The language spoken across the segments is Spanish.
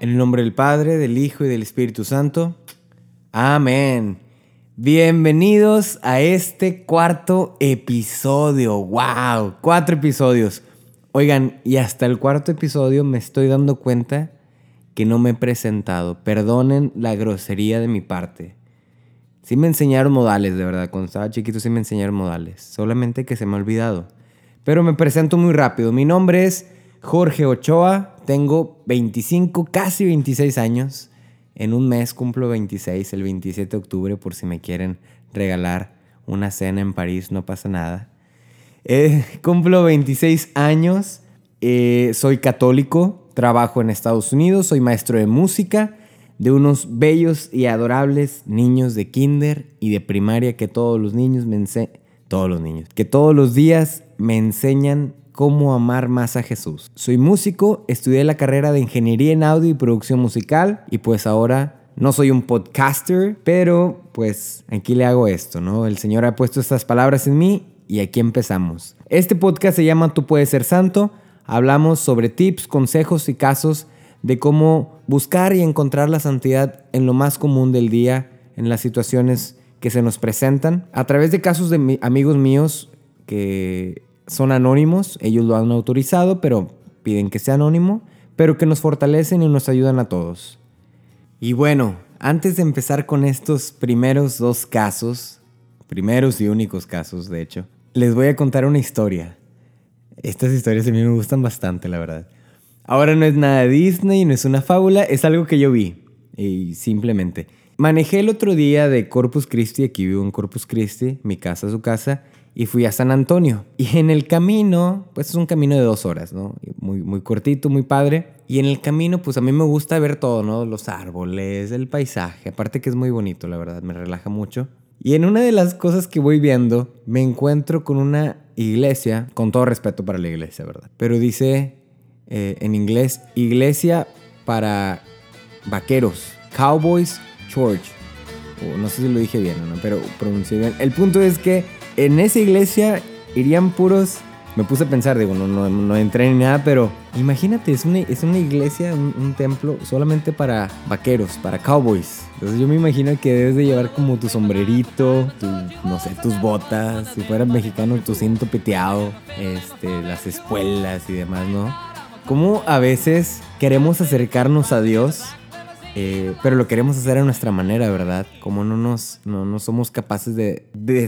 En el nombre del Padre, del Hijo y del Espíritu Santo. Amén. Bienvenidos a este cuarto episodio. ¡Wow! 4 episodios. Oigan, y hasta el cuarto episodio me estoy dando cuenta que no me he presentado. Perdonen la grosería de mi parte. Sí me enseñaron modales, de verdad. Cuando estaba chiquito sí me enseñaron modales. Solamente que se me ha olvidado. Pero me presento muy rápido. Mi nombre es Jorge Ochoa. Tengo 25, casi 26 años. En un mes cumplo 26, el 27 de octubre, por si me quieren regalar una cena en París, no pasa nada. Cumplo 26 años. Soy católico. Trabajo en Estados Unidos. Soy maestro de música de unos bellos y adorables niños de kinder y de primaria que todos los días me enseñan cómo amar más a Jesús. Soy músico, estudié la carrera de Ingeniería en Audio y Producción Musical y pues ahora no soy un podcaster, pero pues aquí le hago esto, ¿no? El Señor ha puesto estas palabras en mí y aquí empezamos. Este podcast se llama Tú Puedes Ser Santo. Hablamos sobre tips, consejos y casos de cómo buscar y encontrar la santidad en lo más común del día, en las situaciones que se nos presentan, a través de casos de amigos míos que son anónimos. Ellos lo han autorizado, pero piden que sea anónimo, pero que nos fortalecen y nos ayudan a todos. Y bueno, antes de empezar con estos primeros 2 casos, primeros y únicos casos, de hecho, les voy a contar una historia. Estas historias a mí me gustan bastante, la verdad. Ahora no es nada Disney, no es una fábula, es algo que yo vi. Y simplemente manejé el otro día de Corpus Christi, aquí vivo en Corpus Christi, mi casa, su casa, y fui a San Antonio. Y en el camino, pues es un camino de 2 horas, ¿no? Muy cortito, muy padre. Y en el camino, pues a mí me gusta ver todo, ¿no? Los árboles, el paisaje. Aparte que es muy bonito, la verdad, me relaja mucho. Y en una de las cosas que voy viendo, me encuentro con una iglesia, con todo respeto para la iglesia, ¿verdad? Pero dice en inglés, iglesia para vaqueros, Cowboys Church. No sé si lo dije bien, ¿no? Pero pronuncié bien. El punto es que en esa iglesia irían puros... Me puse a pensar, digo, no entré ni nada, pero imagínate, es una iglesia, un templo solamente para vaqueros, para cowboys. Entonces yo me imagino que debes de llevar como tu sombrerito, tus botas, si fueras mexicano, tu cinto peteado, las espuelas y demás, ¿no? Como a veces queremos acercarnos a Dios, pero lo queremos hacer a nuestra manera, ¿verdad? Como no somos capaces de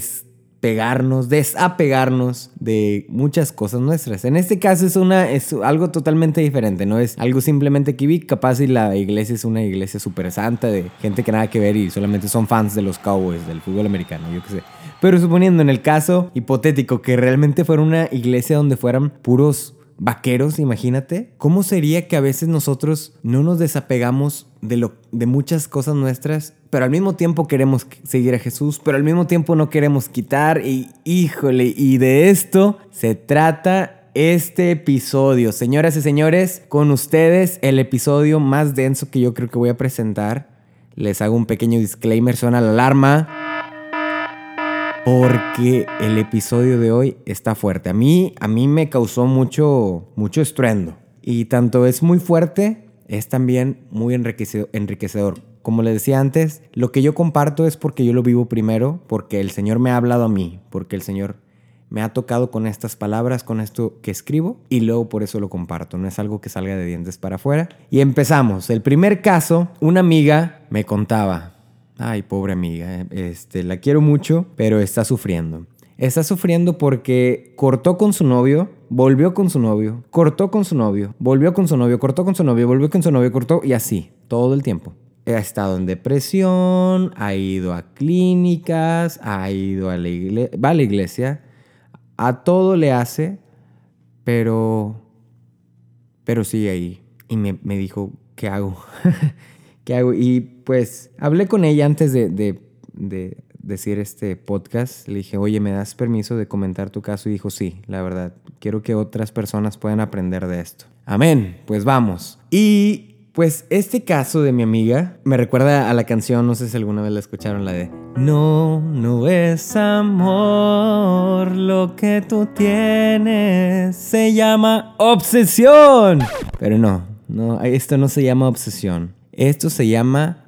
desapegarnos de muchas cosas nuestras. En este caso es algo totalmente diferente, no es algo simplemente que vi, capaz y la iglesia es una iglesia súper santa de gente que nada que ver y solamente son fans de los Cowboys, del fútbol americano, yo qué sé. Pero suponiendo en el caso hipotético que realmente fuera una iglesia donde fueran puros vaqueros, imagínate, ¿cómo sería que a veces nosotros no nos desapegamos de muchas cosas nuestras, pero al mismo tiempo queremos seguir a Jesús, pero al mismo tiempo no queremos quitar? Y híjole, y de esto se trata este episodio. Señoras y señores, con ustedes el episodio más denso que yo creo que voy a presentar. Les hago un pequeño disclaimer, suena la alarma, porque el episodio de hoy está fuerte. A mí me causó mucho estruendo. Y tanto es muy fuerte, es también muy enriquecedor. Como les decía antes, lo que yo comparto es porque yo lo vivo primero, porque el Señor me ha hablado a mí, porque el Señor me ha tocado con estas palabras, con esto que escribo, y luego por eso lo comparto. No es algo que salga de dientes para afuera. Y empezamos. El primer caso, una amiga me contaba... Ay, pobre amiga, la quiero mucho, pero está sufriendo. Está sufriendo porque cortó con su novio, volvió con su novio, cortó con su novio, volvió con su novio, cortó con su novio, volvió con su novio, cortó, y así, todo el tiempo. Ha estado en depresión, ha ido a clínicas, ha ido a va a la iglesia, a todo le hace, pero sigue ahí. Y me dijo, ¿qué hago? ¿Qué hago? Y pues hablé con ella antes de decir este podcast. Le dije, oye, ¿me das permiso de comentar tu caso? Y dijo, sí, la verdad, quiero que otras personas puedan aprender de esto. Amén, pues vamos. Y pues este caso de mi amiga me recuerda a la canción, no sé si alguna vez la escucharon, la de No es amor lo que tú tienes, se llama obsesión. Pero no, No, esto no se llama obsesión. Esto se llama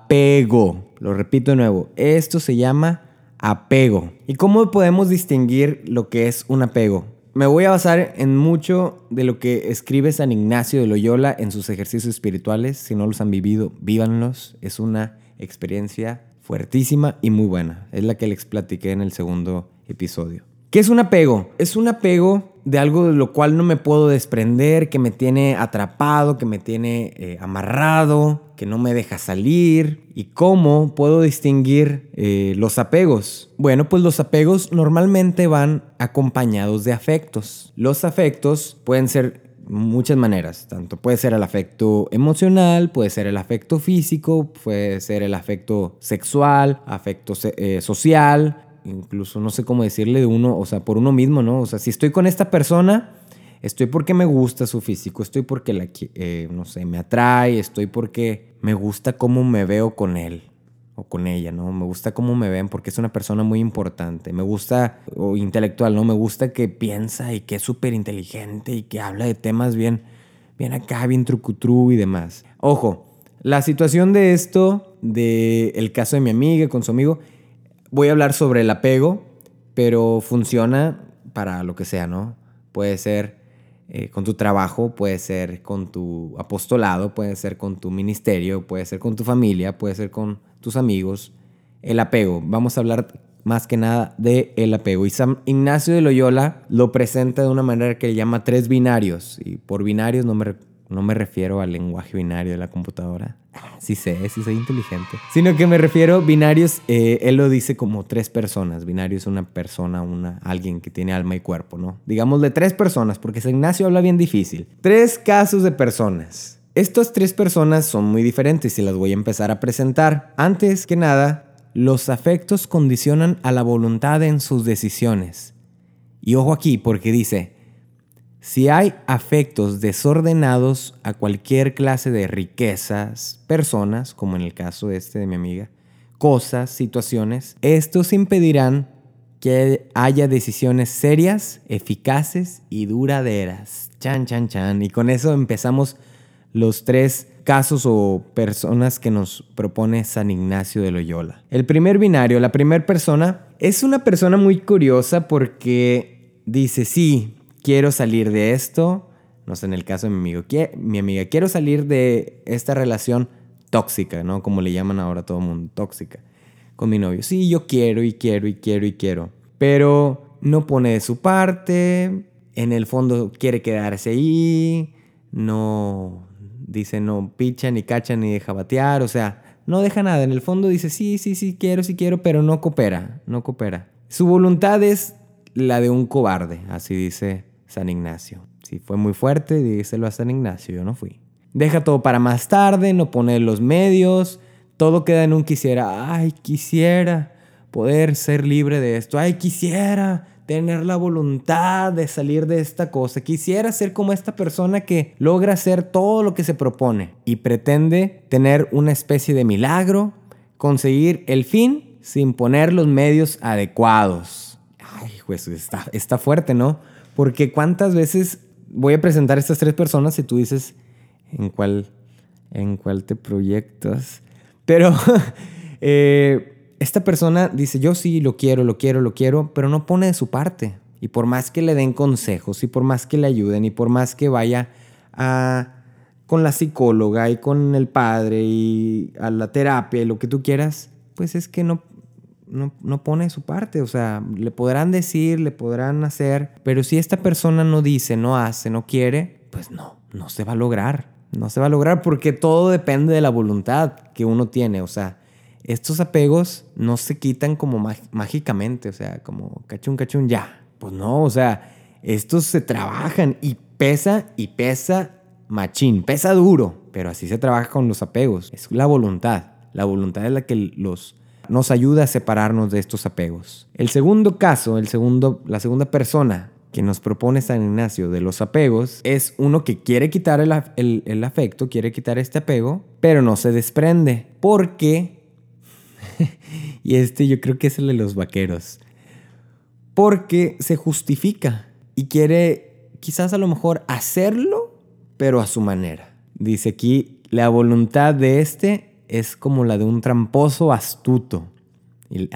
apego. Lo repito de nuevo. Esto se llama apego. ¿Y cómo podemos distinguir lo que es un apego? Me voy a basar en mucho de lo que escribe San Ignacio de Loyola en sus ejercicios espirituales. Si no los han vivido, vívanlos. Es una experiencia fuertísima y muy buena. Es la que les platiqué en el segundo episodio. ¿Qué es un apego? Es un apego de algo de lo cual no me puedo desprender, que me tiene atrapado, que me tiene amarrado, que no me deja salir. ¿Y cómo puedo distinguir los apegos? Bueno, pues los apegos normalmente van acompañados de afectos. Los afectos pueden ser muchas maneras, tanto puede ser el afecto emocional, puede ser el afecto físico, puede ser el afecto sexual, afecto social, incluso no sé cómo decirle de uno, o sea, por uno mismo, ¿no? O sea, si estoy con esta persona, estoy porque me gusta su físico, estoy porque no sé, me atrae, estoy porque me gusta cómo me veo con él o con ella, ¿no? Me gusta cómo me ven porque es una persona muy importante. Me gusta, o intelectual, ¿no? Me gusta que piensa y que es súper inteligente y que habla de temas bien acá, bien trucutru y demás. Ojo, la situación de esto, del caso de mi amiga con su amigo, voy a hablar sobre el apego, pero funciona para lo que sea, ¿no? Puede ser con tu trabajo, puede ser con tu apostolado, puede ser con tu ministerio, puede ser con tu familia, puede ser con tus amigos. El apego. Vamos a hablar más que nada de el apego. Y San Ignacio de Loyola lo presenta de una manera que llama 3 binarios. Y por binarios no me refiero al lenguaje binario de la computadora. Sí soy inteligente. Sino que me refiero a binarios, él lo dice como 3 personas. Binario es una persona, alguien que tiene alma y cuerpo, ¿no? Digámosle 3 personas, porque San Ignacio habla bien difícil. 3 casos de personas. Estas 3 personas son muy diferentes y las voy a empezar a presentar. Antes que nada, los afectos condicionan a la voluntad en sus decisiones. Y ojo aquí, porque dice: si hay afectos desordenados a cualquier clase de riquezas, personas, como en el caso de mi amiga, cosas, situaciones, estos impedirán que haya decisiones serias, eficaces y duraderas. Chan, chan, chan. Y con eso empezamos los 3 casos o personas que nos propone San Ignacio de Loyola. El primer binario, la primera persona, es una persona muy curiosa porque dice: sí, quiero salir de esto. No sé, en el caso de mi amiga, quiero salir de esta relación tóxica, ¿no? Como le llaman ahora a todo el mundo, tóxica, con mi novio. Sí, yo quiero y quiero y quiero y quiero. Pero no pone de su parte. En el fondo quiere quedarse ahí. No, dice, no picha, ni cacha, ni deja batear. O sea, no deja nada. En el fondo dice, sí quiero, pero no coopera. Su voluntad es la de un cobarde, así dice San Ignacio. Si fue muy fuerte, díselo a San Ignacio, yo no fui. Deja todo para más tarde, no pone los medios, todo queda en un quisiera. Ay, quisiera poder ser libre de esto. Ay, quisiera tener la voluntad de salir de esta cosa. Quisiera ser como esta persona que logra hacer todo lo que se propone y pretende tener una especie de milagro, conseguir el fin sin poner los medios adecuados. Ay, pues está fuerte, ¿no? Porque cuántas veces voy a presentar a estas 3 personas y tú dices, ¿en cuál te proyectas? Pero esta persona dice, yo sí lo quiero, pero no pone de su parte. Y por más que le den consejos, y por más que le ayuden, y por más que vaya con la psicóloga y con el padre y a la terapia y lo que tú quieras, pues es que no pone de su parte. O sea, le podrán decir, le podrán hacer, pero si esta persona no dice, no hace, no quiere, pues no se va a lograr. No se va a lograr porque todo depende de la voluntad que uno tiene. O sea, estos apegos no se quitan como mágicamente, o sea, como cachún, ya. Pues no, o sea, estos se trabajan y pesa machín, pesa duro, pero así se trabaja con los apegos. Es la voluntad. La voluntad es la que nos ayuda a separarnos de estos apegos. El segundo caso, la segunda persona que nos propone San Ignacio de los apegos es uno que quiere quitar el afecto, quiere quitar este apego, pero no se desprende. Porque, y yo creo que es el de los vaqueros, porque se justifica y quiere quizás a lo mejor hacerlo, pero a su manera. Dice aquí, la voluntad de este es como la de un tramposo astuto. Y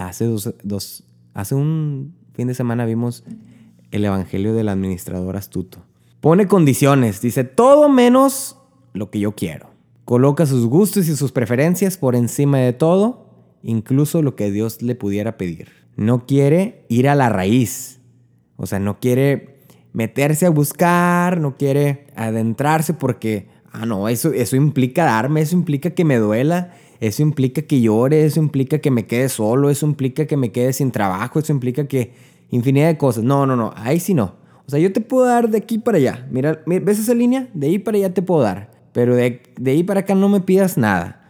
hace un fin de semana vimos el evangelio del administrador astuto. Pone condiciones, dice todo menos lo que yo quiero. Coloca sus gustos y sus preferencias por encima de todo, incluso lo que Dios le pudiera pedir. No quiere ir a la raíz. O sea, no quiere meterse a buscar, no quiere adentrarse porque, no, eso implica darme, eso implica que me duela, eso implica que llore, eso implica que me quede solo, eso implica que me quede sin trabajo, eso implica que infinidad de cosas. No, ahí sí no. O sea, yo te puedo dar de aquí para allá. Mira, ¿ves esa línea? De ahí para allá te puedo dar. Pero de ahí para acá no me pidas nada.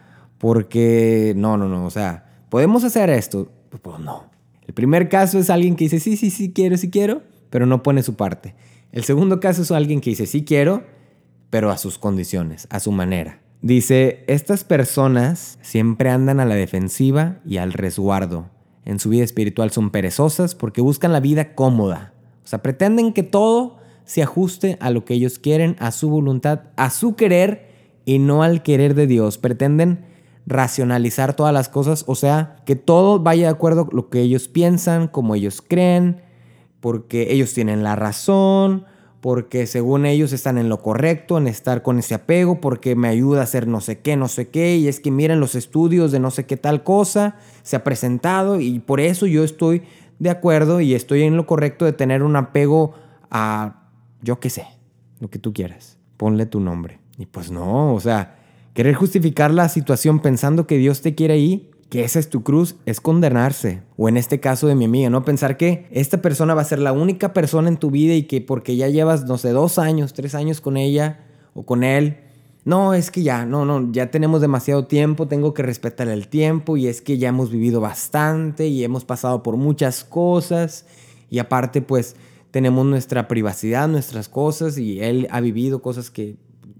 Porque no. O sea, ¿podemos hacer esto? Pues no. El primer caso es alguien que dice sí quiero, pero no pone su parte. El segundo caso es alguien que dice sí quiero, pero a sus condiciones, a su manera. Dice, estas personas siempre andan a la defensiva y al resguardo. En su vida espiritual son perezosas porque buscan la vida cómoda. O sea, pretenden que todo se ajuste a lo que ellos quieren, a su voluntad, a su querer y no al querer de Dios. Pretenden racionalizar todas las cosas, o sea, que todo vaya de acuerdo a lo que ellos piensan, como ellos creen, porque ellos tienen la razón, porque según ellos están en lo correcto, en estar con ese apego, porque me ayuda a hacer no sé qué, y es que miren los estudios de no sé qué tal cosa, se ha presentado y por eso yo estoy de acuerdo y estoy en lo correcto de tener un apego a, yo qué sé, lo que tú quieras, ponle tu nombre. Y pues no, o sea, querer justificar la situación pensando que Dios te quiere ahí, que esa es tu cruz, es condenarse. O en este caso de mi amiga, ¿no? Pensar que esta persona va a ser la única persona en tu vida y que porque ya llevas, no sé, 2 años, 3 años con ella o con él, no, es que ya, ya tenemos demasiado tiempo, tengo que respetar el tiempo y es que ya hemos vivido bastante y hemos pasado por muchas cosas y aparte pues tenemos nuestra privacidad, nuestras cosas y él ha vivido cosas que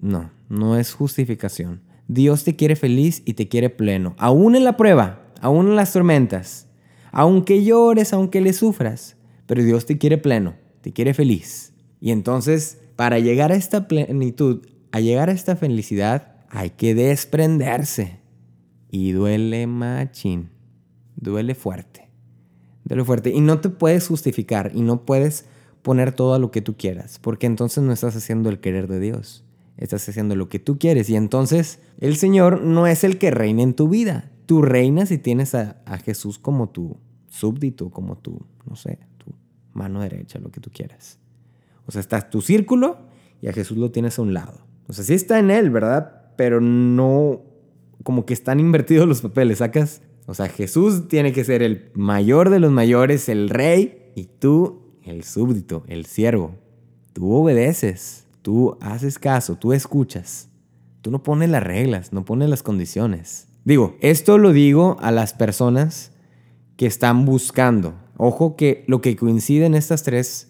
no es justificación. Dios te quiere feliz y te quiere pleno, aún en la prueba, aún en las tormentas, aunque llores, aunque le sufras, pero Dios te quiere pleno, te quiere feliz. Y entonces, para llegar a esta plenitud, a llegar a esta felicidad, hay que desprenderse. Y duele machín, duele fuerte. Duele fuerte. Y no te puedes justificar y no puedes poner todo a lo que tú quieras, porque entonces no estás haciendo el querer de Dios. Estás haciendo lo que tú quieres y entonces el Señor no es el que reina en tu vida. Tú reinas y tienes a Jesús como tu súbdito, como tu, no sé, tu mano derecha, lo que tú quieras. O sea, está tu círculo y a Jesús lo tienes a un lado. O sea, sí está en él, ¿verdad? Pero no, como que están invertidos los papeles, ¿sacas? O sea, Jesús tiene que ser el mayor de los mayores, el rey, y tú el súbdito, el siervo. Tú obedeces. Tú haces caso, tú escuchas. Tú no pones las reglas, no pones las condiciones. Digo, esto lo digo a las personas que están buscando. Ojo que lo que coincide en estos 3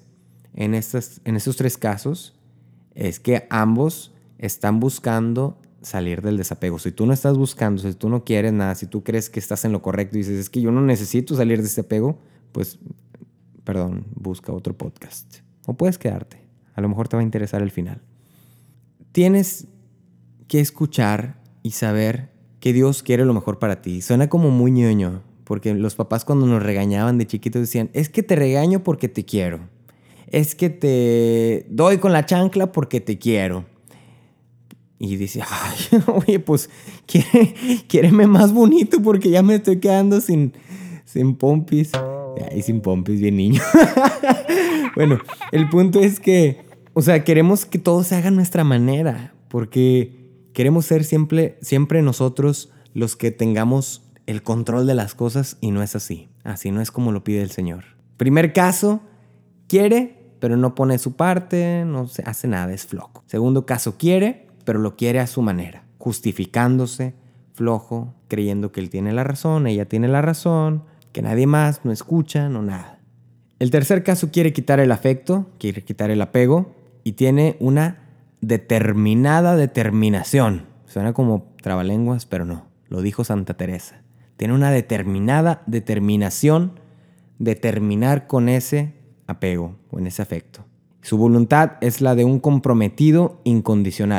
casos es que ambos están buscando salir del desapego. Si tú no estás buscando, si tú no quieres nada, si tú crees que estás en lo correcto y dices, es que yo no necesito salir de este apego, pues, busca otro podcast. O puedes quedarte. A lo mejor te va a interesar el final. Tienes que escuchar y saber que Dios quiere lo mejor para ti. Suena como muy ñoño, porque los papás cuando nos regañaban de chiquitos decían, es que te regaño porque te quiero. Es que te doy con la chancla porque te quiero. Y dice, ay, oye, pues quiéreme más bonito porque ya me estoy quedando sin pompis. Ay, sin pompis, bien niño. Bueno, el punto es que, o sea, queremos que todo se haga a nuestra manera, porque queremos ser siempre nosotros los que tengamos el control de las cosas y no es así. Así no es como lo pide el Señor. Primer caso, quiere, pero no pone su parte, no se hace nada, es flojo. Segundo caso, quiere, pero lo quiere a su manera, justificándose, flojo, creyendo que él tiene la razón, ella tiene la razón, que nadie más no escucha, no nada. El tercer caso quiere quitar el afecto, quiere quitar el apego y tiene una determinada determinación. Suena como trabalenguas, pero no. Lo dijo Santa Teresa. Tiene una determinada determinación de terminar con ese apego o en ese afecto. Su voluntad es la de un comprometido incondicional.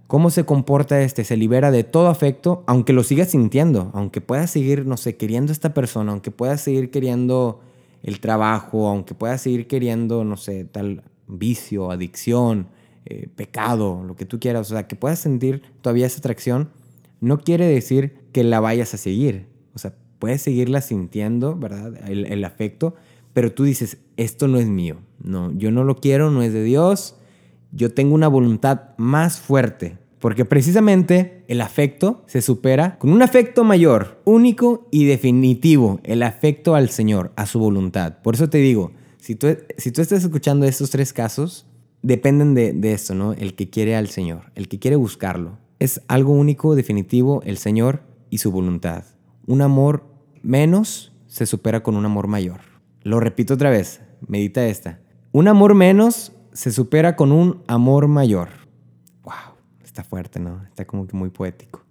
¿Cómo se comporta este? Se libera de todo afecto, aunque lo sigas sintiendo, aunque puedas seguir, no sé, queriendo a esta persona, aunque puedas seguir queriendo el trabajo, aunque puedas seguir queriendo, no sé, tal vicio, adicción, pecado, lo que tú quieras, o sea, que puedas sentir todavía esa atracción, no quiere decir que la vayas a seguir. O sea, puedes seguirla sintiendo, ¿verdad? El afecto, pero tú dices, esto no es mío. No, yo no lo quiero, no es de Dios. Yo tengo una voluntad más fuerte. Porque precisamente el afecto se supera con un afecto mayor, único y definitivo. El afecto al Señor, a su voluntad. Por eso te digo, si tú estás escuchando estos 3 casos, dependen de esto, ¿no? El que quiere al Señor, el que quiere buscarlo. Es algo único, definitivo, el Señor y su voluntad. Un amor menos se supera con un amor mayor. Lo repito otra vez, medita esta. Un amor menos se supera con un amor mayor. Wow, está fuerte, ¿no? Está como que muy poético.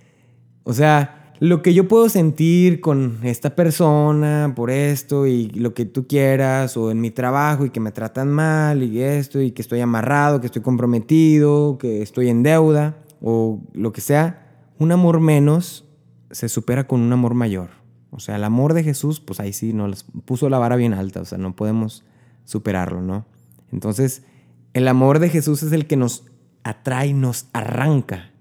O sea, lo que yo puedo sentir con esta persona por esto y lo que tú quieras, o en mi trabajo y que me tratan mal y esto y que estoy amarrado, que estoy comprometido, que estoy en deuda o lo que sea, un amor menos se supera con un amor mayor. O sea, el amor de Jesús, pues ahí sí nos puso la vara bien alta, o sea, no podemos superarlo, ¿no? Entonces, el amor de Jesús es el que nos atrae, nos arranca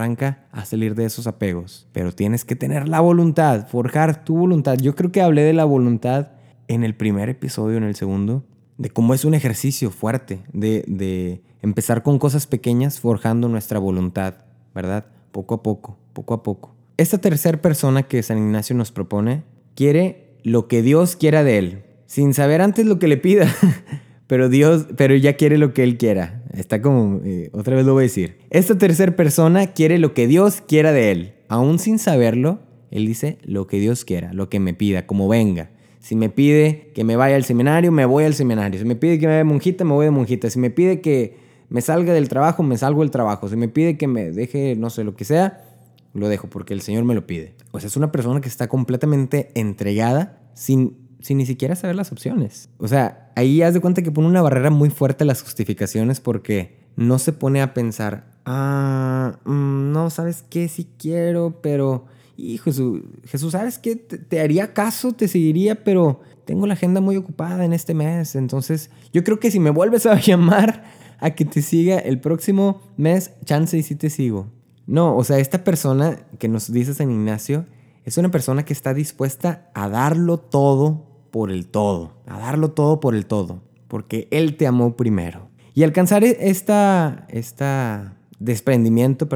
a salir de esos apegos. Pero tienes que tener la voluntad, forjar tu voluntad. Yo creo que hablé de la voluntad en el primer episodio, en el segundo, de cómo es un ejercicio fuerte, de empezar con cosas pequeñas, forjando nuestra voluntad, ¿verdad? Poco a poco, poco a poco. Esta tercera persona que San Ignacio nos propone quiere lo que Dios quiera de él, sin saber antes lo que le pida. Pero ya quiere lo que él quiera. Está como, otra vez lo voy a decir. Esta tercera persona quiere lo que Dios quiera de él. Aún sin saberlo, él dice lo que Dios quiera, lo que me pida, como venga. Si me pide que me vaya al seminario, me voy al seminario. Si me pide que me vaya de monjita, me voy de monjita. Si me pide que me salga del trabajo, me salgo del trabajo. Si me pide que me deje, no sé, lo que sea, lo dejo porque el Señor me lo pide. O sea, es una persona que está completamente entregada sin ni siquiera saber las opciones. O sea, ahí haz de cuenta que pone una barrera muy fuerte a las justificaciones porque no se pone a pensar, no, ¿sabes qué? Sí quiero, pero... Hijo, Jesús, ¿sabes qué? Te haría caso, te seguiría, pero tengo la agenda muy ocupada en este mes. Entonces, yo creo que si me vuelves a llamar a que te siga el próximo mes, chance y sí te sigo. No, o sea, esta persona que nos dice San Ignacio es una persona que está dispuesta a darlo todo por el todo. A darlo todo por el todo. Porque Él te amó primero. Y alcanzar este desprendimiento,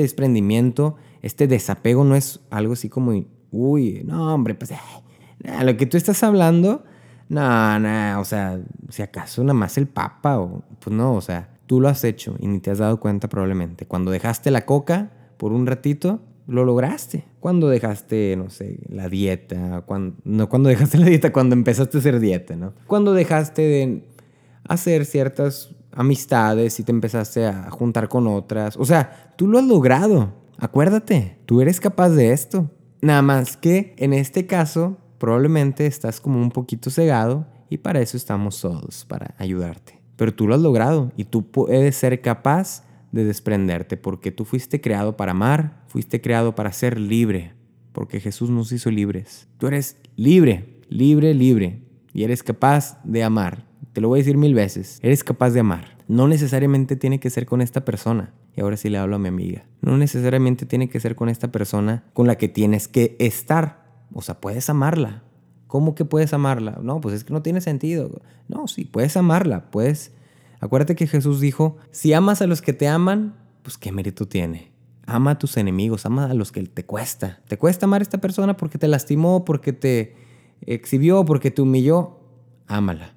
este desapego no es algo así como, uy, no, hombre, pues, lo que tú estás hablando, no, o sea, si acaso nada más el Papa, o, pues no, o sea, tú lo has hecho y ni te has dado cuenta probablemente. Cuando dejaste la coca por un ratito, lo lograste. Cuando dejaste, no sé, la dieta, cuando dejaste la dieta, cuando empezaste a hacer dieta, ¿no? Cuando dejaste de hacer ciertas amistades y te empezaste a juntar con otras. O sea, tú lo has logrado. Acuérdate, tú eres capaz de esto. Nada más que en este caso, probablemente estás como un poquito cegado y para eso estamos todos, para ayudarte. Pero tú lo has logrado y tú puedes ser capaz de desprenderte porque tú fuiste creado para amar, fuiste creado para ser libre, porque Jesús nos hizo libres. Tú eres libre, libre, libre y eres capaz de amar. Te lo voy a decir 1000 veces. Eres capaz de amar. No necesariamente tiene que ser con esta persona. Y ahora sí le hablo a mi amiga. No necesariamente tiene que ser con esta persona con la que tienes que estar. O sea, puedes amarla. ¿Cómo que puedes amarla? No, pues es que no tiene sentido. No, sí, puedes amarla. Puedes. Acuérdate que Jesús dijo, si amas a los que te aman, pues qué mérito tiene. Ama a tus enemigos, ama a los que te cuesta. ¿Te cuesta amar a esta persona porque te lastimó, porque te exhibió, porque te humilló? Ámala.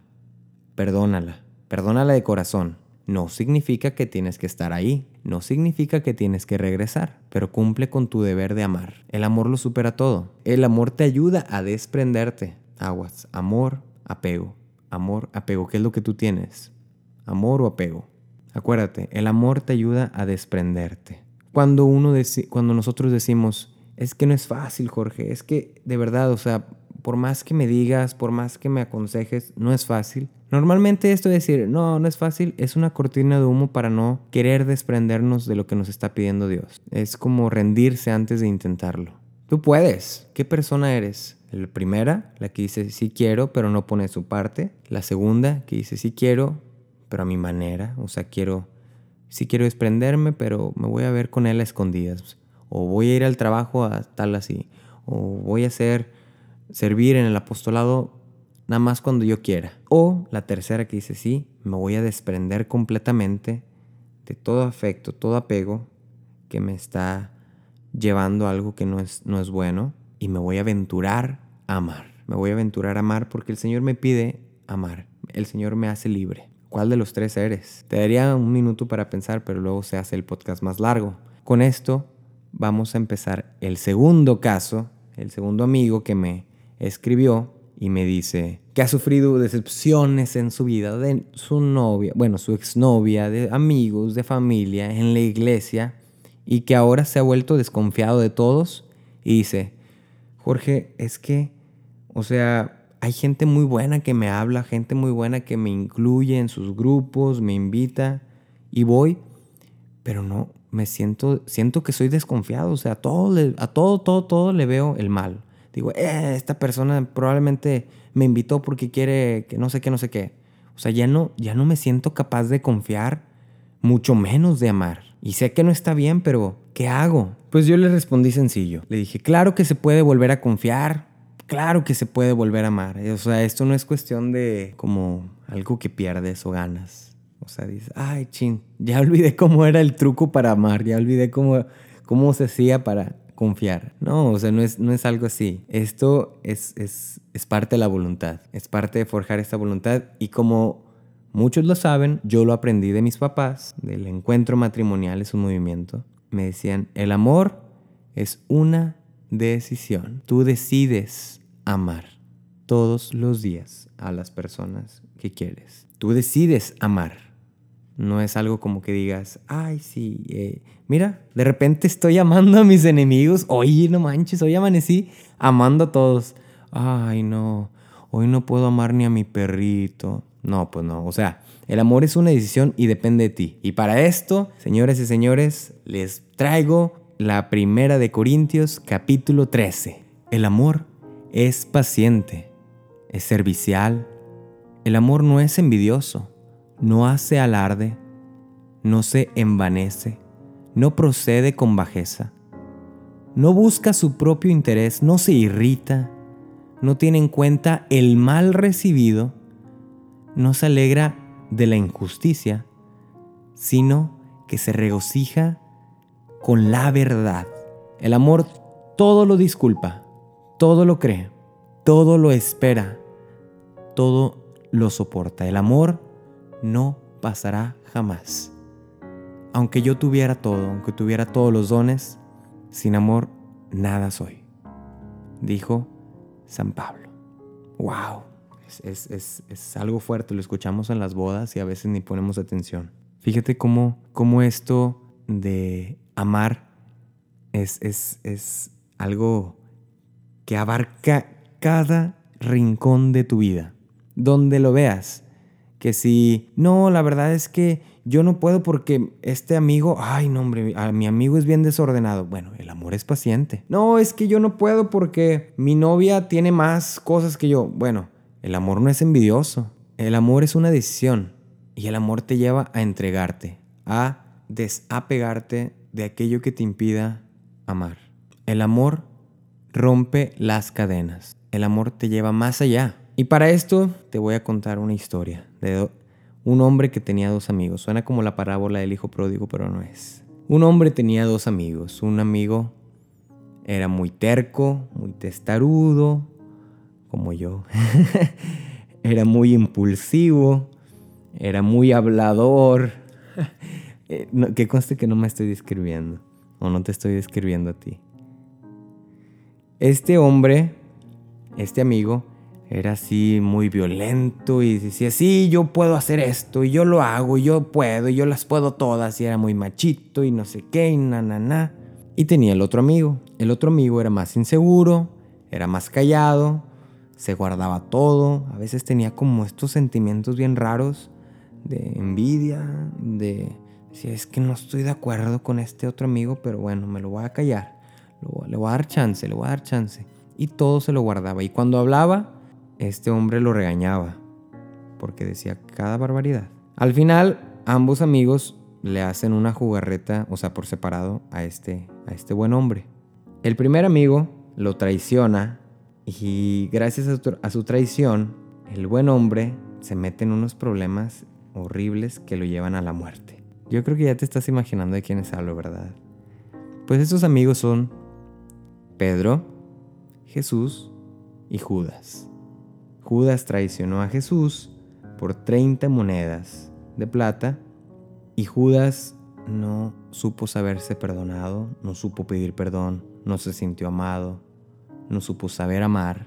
Perdónala de corazón. No significa que tienes que estar ahí, no significa que tienes que regresar, pero cumple con tu deber de amar. El amor lo supera todo. El amor te ayuda a desprenderte. Aguas, amor, apego. Amor, apego, ¿qué es lo que tú tienes? Amor o apego. Acuérdate, el amor te ayuda a desprenderte. Cuando nosotros decimos, es que no es fácil, Jorge, es que de verdad, o sea, por más que me digas, por más que me aconsejes, no es fácil. Normalmente esto de decir, no es fácil, es una cortina de humo para no querer desprendernos de lo que nos está pidiendo Dios. Es como rendirse antes de intentarlo. Tú puedes. ¿Qué persona eres? La primera, la que dice sí quiero, pero no pone su parte. La segunda, que dice sí quiero, pero a mi manera. O sea, sí quiero desprenderme, pero me voy a ver con él a escondidas. O voy a ir al trabajo a tal así. O voy a servir en el apostolado nada más cuando yo quiera. O la tercera que dice sí, me voy a desprender completamente de todo afecto, todo apego que me está llevando a algo que no es bueno, y me voy a aventurar a amar. Me voy a aventurar a amar porque el Señor me pide amar. El Señor me hace libre. ¿Cuál de los tres eres? Te daría un minuto para pensar, pero luego se hace el podcast más largo. Con esto vamos a empezar el segundo caso, el segundo amigo que me escribió y me dice que ha sufrido decepciones en su vida de su novia, su exnovia, de amigos, de familia, en la iglesia, y que ahora se ha vuelto desconfiado de todos y dice, Jorge, es que, hay gente muy buena que me habla, gente muy buena que me incluye en sus grupos, me invita y voy, pero no, siento que soy desconfiado, a todo le veo el mal. Digo, esta persona probablemente me invitó porque quiere que no sé qué. Ya no me siento capaz de confiar, mucho menos de amar. Y sé que no está bien, pero ¿qué hago? Pues yo le respondí sencillo. Le dije, claro que se puede volver a confiar, claro que se puede volver a amar. Esto no es cuestión de como algo que pierdes o ganas. Dices, ay, chin, ya olvidé cómo era el truco para amar, ya olvidé cómo se hacía para confiar. No, no es algo así. Esto es parte de la voluntad, es parte de forjar esta voluntad. Y como muchos lo saben, yo lo aprendí de mis papás, del encuentro matrimonial, es un movimiento. Me decían, el amor es una decisión. Tú decides amar todos los días a las personas que quieres. Tú decides amar. No es algo como que digas, ay, sí, mira, de repente estoy amando a mis enemigos. Oye, no manches, hoy amanecí amando a todos. Ay, no, hoy no puedo amar ni a mi perrito. No, pues no, el amor es una decisión y depende de ti. Y para esto, señores y señores, les traigo la primera de Corintios, capítulo 13. El amor es paciente, es servicial. El amor no es envidioso. No hace alarde, no se envanece, no procede con bajeza, no busca su propio interés, no se irrita, no tiene en cuenta el mal recibido, no se alegra de la injusticia, sino que se regocija con la verdad. El amor todo lo disculpa, todo lo cree, todo lo espera, todo lo soporta. El amor no pasará jamás. Aunque yo tuviera todo, aunque tuviera todos los dones, sin amor nada soy, dijo San Pablo. ¡Wow! Es algo fuerte, lo escuchamos en las bodas y a veces ni ponemos atención. Fíjate cómo esto de amar es algo que abarca cada rincón de tu vida, donde lo veas. Que si, no, la verdad es que yo no puedo porque este amigo, ay no hombre, mi amigo es bien desordenado. Bueno, el amor es paciente. No, es que yo no puedo porque mi novia tiene más cosas que yo. Bueno, el amor no es envidioso. El amor es una decisión y el amor te lleva a entregarte, a desapegarte de aquello que te impida amar. El amor rompe las cadenas. El amor te lleva más allá. Y para esto te voy a contar una historia de un hombre que tenía dos amigos. Suena como la parábola del hijo pródigo, pero no es. Un hombre tenía dos amigos. Un amigo era muy terco, muy testarudo, como yo. Era muy impulsivo, era muy hablador. Que conste que no me estoy describiendo, o no te estoy describiendo a ti. Este hombre, este amigo, era así muy violento y decía, sí, yo puedo hacer esto, y yo lo hago, y yo puedo, y yo las puedo todas, y era muy machito, y no sé qué, y na. Y tenía el otro amigo. El otro amigo era más inseguro, era más callado, se guardaba todo, a veces tenía como estos sentimientos bien raros de envidia, de si es que no estoy de acuerdo con este otro amigo, pero bueno, me lo voy a callar, le voy a dar chance, le voy a dar chance. Y todo se lo guardaba. Y cuando hablaba, este hombre lo regañaba, porque decía cada barbaridad. Al final, ambos amigos le hacen una jugarreta, o sea, por separado, a este buen hombre. El primer amigo lo traiciona y gracias a su traición, el buen hombre se mete en unos problemas horribles que lo llevan a la muerte. Yo creo que ya te estás imaginando de quiénes hablo, ¿verdad? Pues esos amigos son Pedro, Jesús y Judas. Judas traicionó a Jesús por 30 monedas de plata y Judas no supo saberse perdonado, no supo pedir perdón, no se sintió amado, no supo saber amar,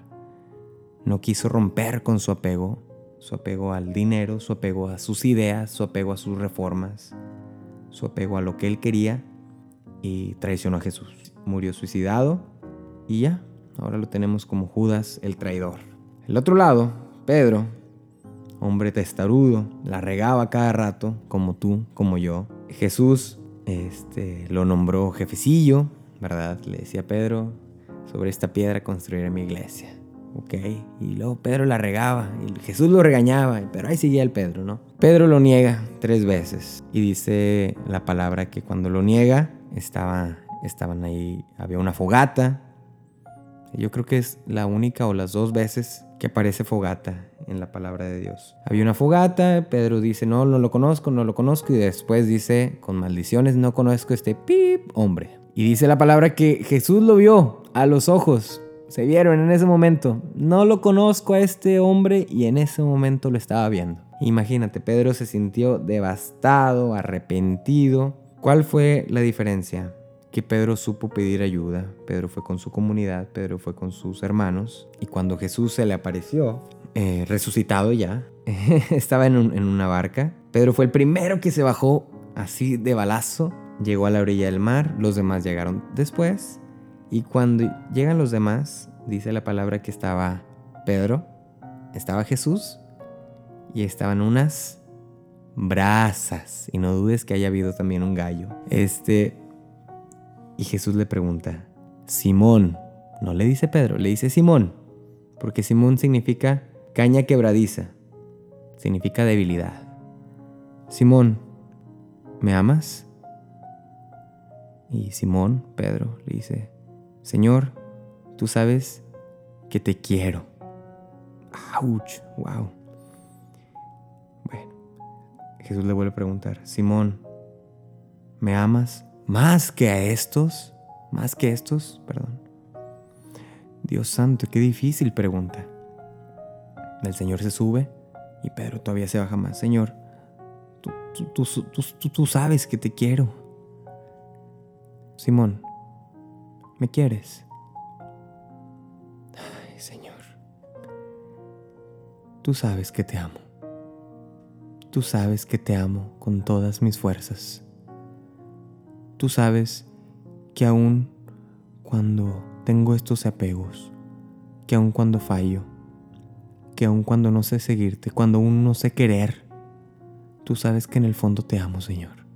no quiso romper con su apego al dinero, su apego a sus ideas, su apego a sus reformas, su apego a lo que él quería y traicionó a Jesús. Murió suicidado y ya, ahora lo tenemos como Judas el traidor. El otro lado, Pedro, hombre testarudo, la regaba cada rato, como tú, como yo. Jesús lo nombró jefecillo, ¿verdad? Le decía a Pedro, sobre esta piedra construiré mi iglesia. Ok, y luego Pedro la regaba y Jesús lo regañaba, pero ahí seguía el Pedro, ¿no? Pedro lo niega 3 veces y dice la palabra que cuando lo niega estaban ahí, había una fogata. Yo creo que es la única o las 2 veces que aparece fogata en la palabra de Dios. Había una fogata, Pedro dice no lo conozco, y después dice con maldiciones no conozco este hombre. Y dice la palabra que Jesús lo vio a los ojos. Se vieron en ese momento. No lo conozco a este hombre y en ese momento lo estaba viendo. Imagínate, Pedro se sintió devastado, arrepentido. ¿Cuál fue la diferencia? Que Pedro supo pedir ayuda. Pedro fue con su comunidad, Pedro fue con sus hermanos. Y cuando Jesús se le apareció, resucitado ya, estaba en una barca. Pedro fue el primero que se bajó así de balazo. Llegó a la orilla del mar, los demás llegaron después. Y cuando llegan los demás, dice la palabra que estaba Pedro, estaba Jesús y estaban unas brasas. Y no dudes que haya habido también un gallo. Y Jesús le pregunta, Simón, no le dice Pedro, le dice Simón, porque Simón significa caña quebradiza, significa debilidad. Simón, ¿me amas? Y Simón, Pedro, le dice, Señor, tú sabes que te quiero. ¡Auch! ¡Wow! Bueno, Jesús le vuelve a preguntar, Simón, ¿me amas más que a estos? ¿Más que estos? Perdón. Dios santo, qué difícil pregunta. El Señor se sube y Pedro todavía se baja más. Señor, tú sabes que te quiero. Simón, ¿me quieres? Ay, Señor, tú sabes que te amo. Tú sabes que te amo con todas mis fuerzas. Tú sabes que aun cuando tengo estos apegos, que aun cuando fallo, que aun cuando no sé seguirte, cuando aún no sé querer, tú sabes que en el fondo te amo, Señor.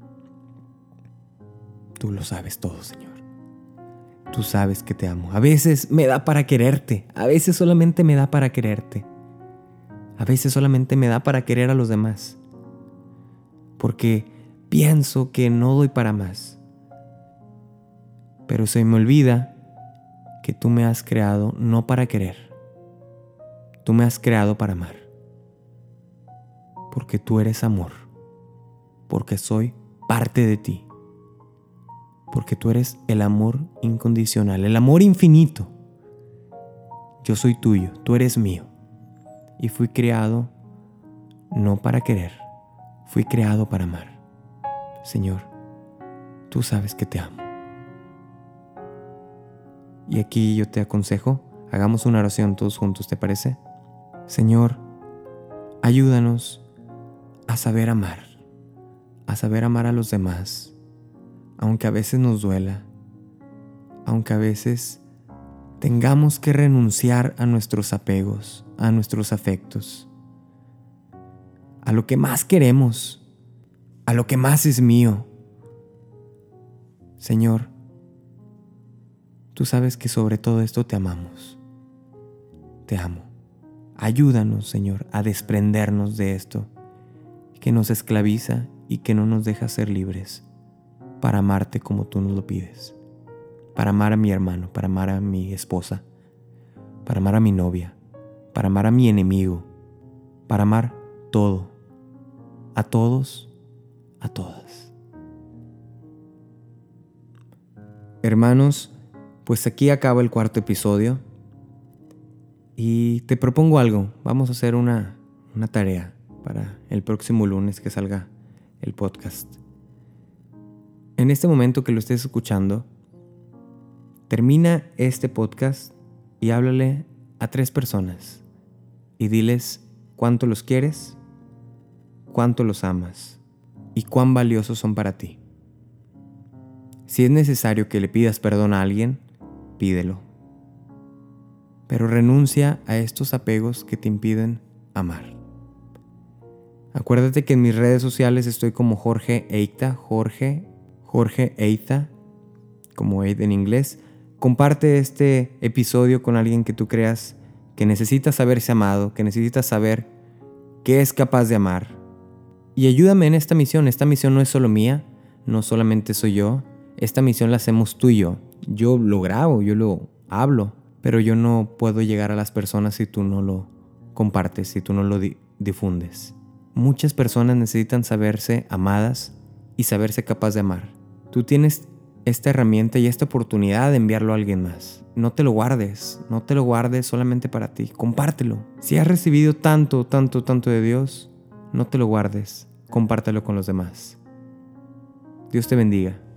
Tú lo sabes todo, Señor. Tú sabes que te amo. A veces me da para quererte. A veces solamente me da para quererte. A veces solamente me da para querer a los demás. Porque pienso que no doy para más. Pero se me olvida que tú me has creado no para querer. Tú me has creado para amar. Porque tú eres amor. Porque soy parte de ti. Porque tú eres el amor incondicional, el amor infinito. Yo soy tuyo, tú eres mío. Y fui creado no para querer, fui creado para amar. Señor, tú sabes que te amo. Y aquí yo te aconsejo, hagamos una oración todos juntos, ¿te parece? Señor, ayúdanos a saber amar a los demás, aunque a veces nos duela, aunque a veces tengamos que renunciar a nuestros apegos, a nuestros afectos, a lo que más queremos, a lo que más es mío. Señor, tú sabes que sobre todo esto te amamos. Te amo. Ayúdanos, Señor, a desprendernos de esto que nos esclaviza y que no nos deja ser libres para amarte como tú nos lo pides, para amar a mi hermano, para amar a mi esposa, para amar a mi novia, para amar a mi enemigo, para amar todo, a todos, a todas. Hermanos, pues aquí acaba el 4º episodio y te propongo algo. Vamos a hacer una tarea para el próximo lunes que salga el podcast. En este momento que lo estés escuchando, termina este podcast y háblale a 3 personas y diles cuánto los quieres, cuánto los amas y cuán valiosos son para ti. Si es necesario que le pidas perdón a alguien, pídelo. Pero renuncia a estos apegos que te impiden amar. Acuérdate que en mis redes sociales estoy como Jorge Eiza, Jorge Eiza, como Eid en inglés. Comparte este episodio con alguien que tú creas que necesita saberse amado, que necesita saber que es capaz de amar. Y ayúdame en esta misión. Esta misión no es solo mía, no solamente soy yo. Esta misión la hacemos tú y yo. Yo lo grabo, yo lo hablo, pero yo no puedo llegar a las personas si tú no lo compartes, si tú no lo difundes. Muchas personas necesitan saberse amadas y saberse capaz de amar. Tú tienes esta herramienta y esta oportunidad de enviarlo a alguien más. No te lo guardes solamente para ti. Compártelo. Si has recibido tanto de Dios, no te lo guardes. Compártelo con los demás. Dios te bendiga.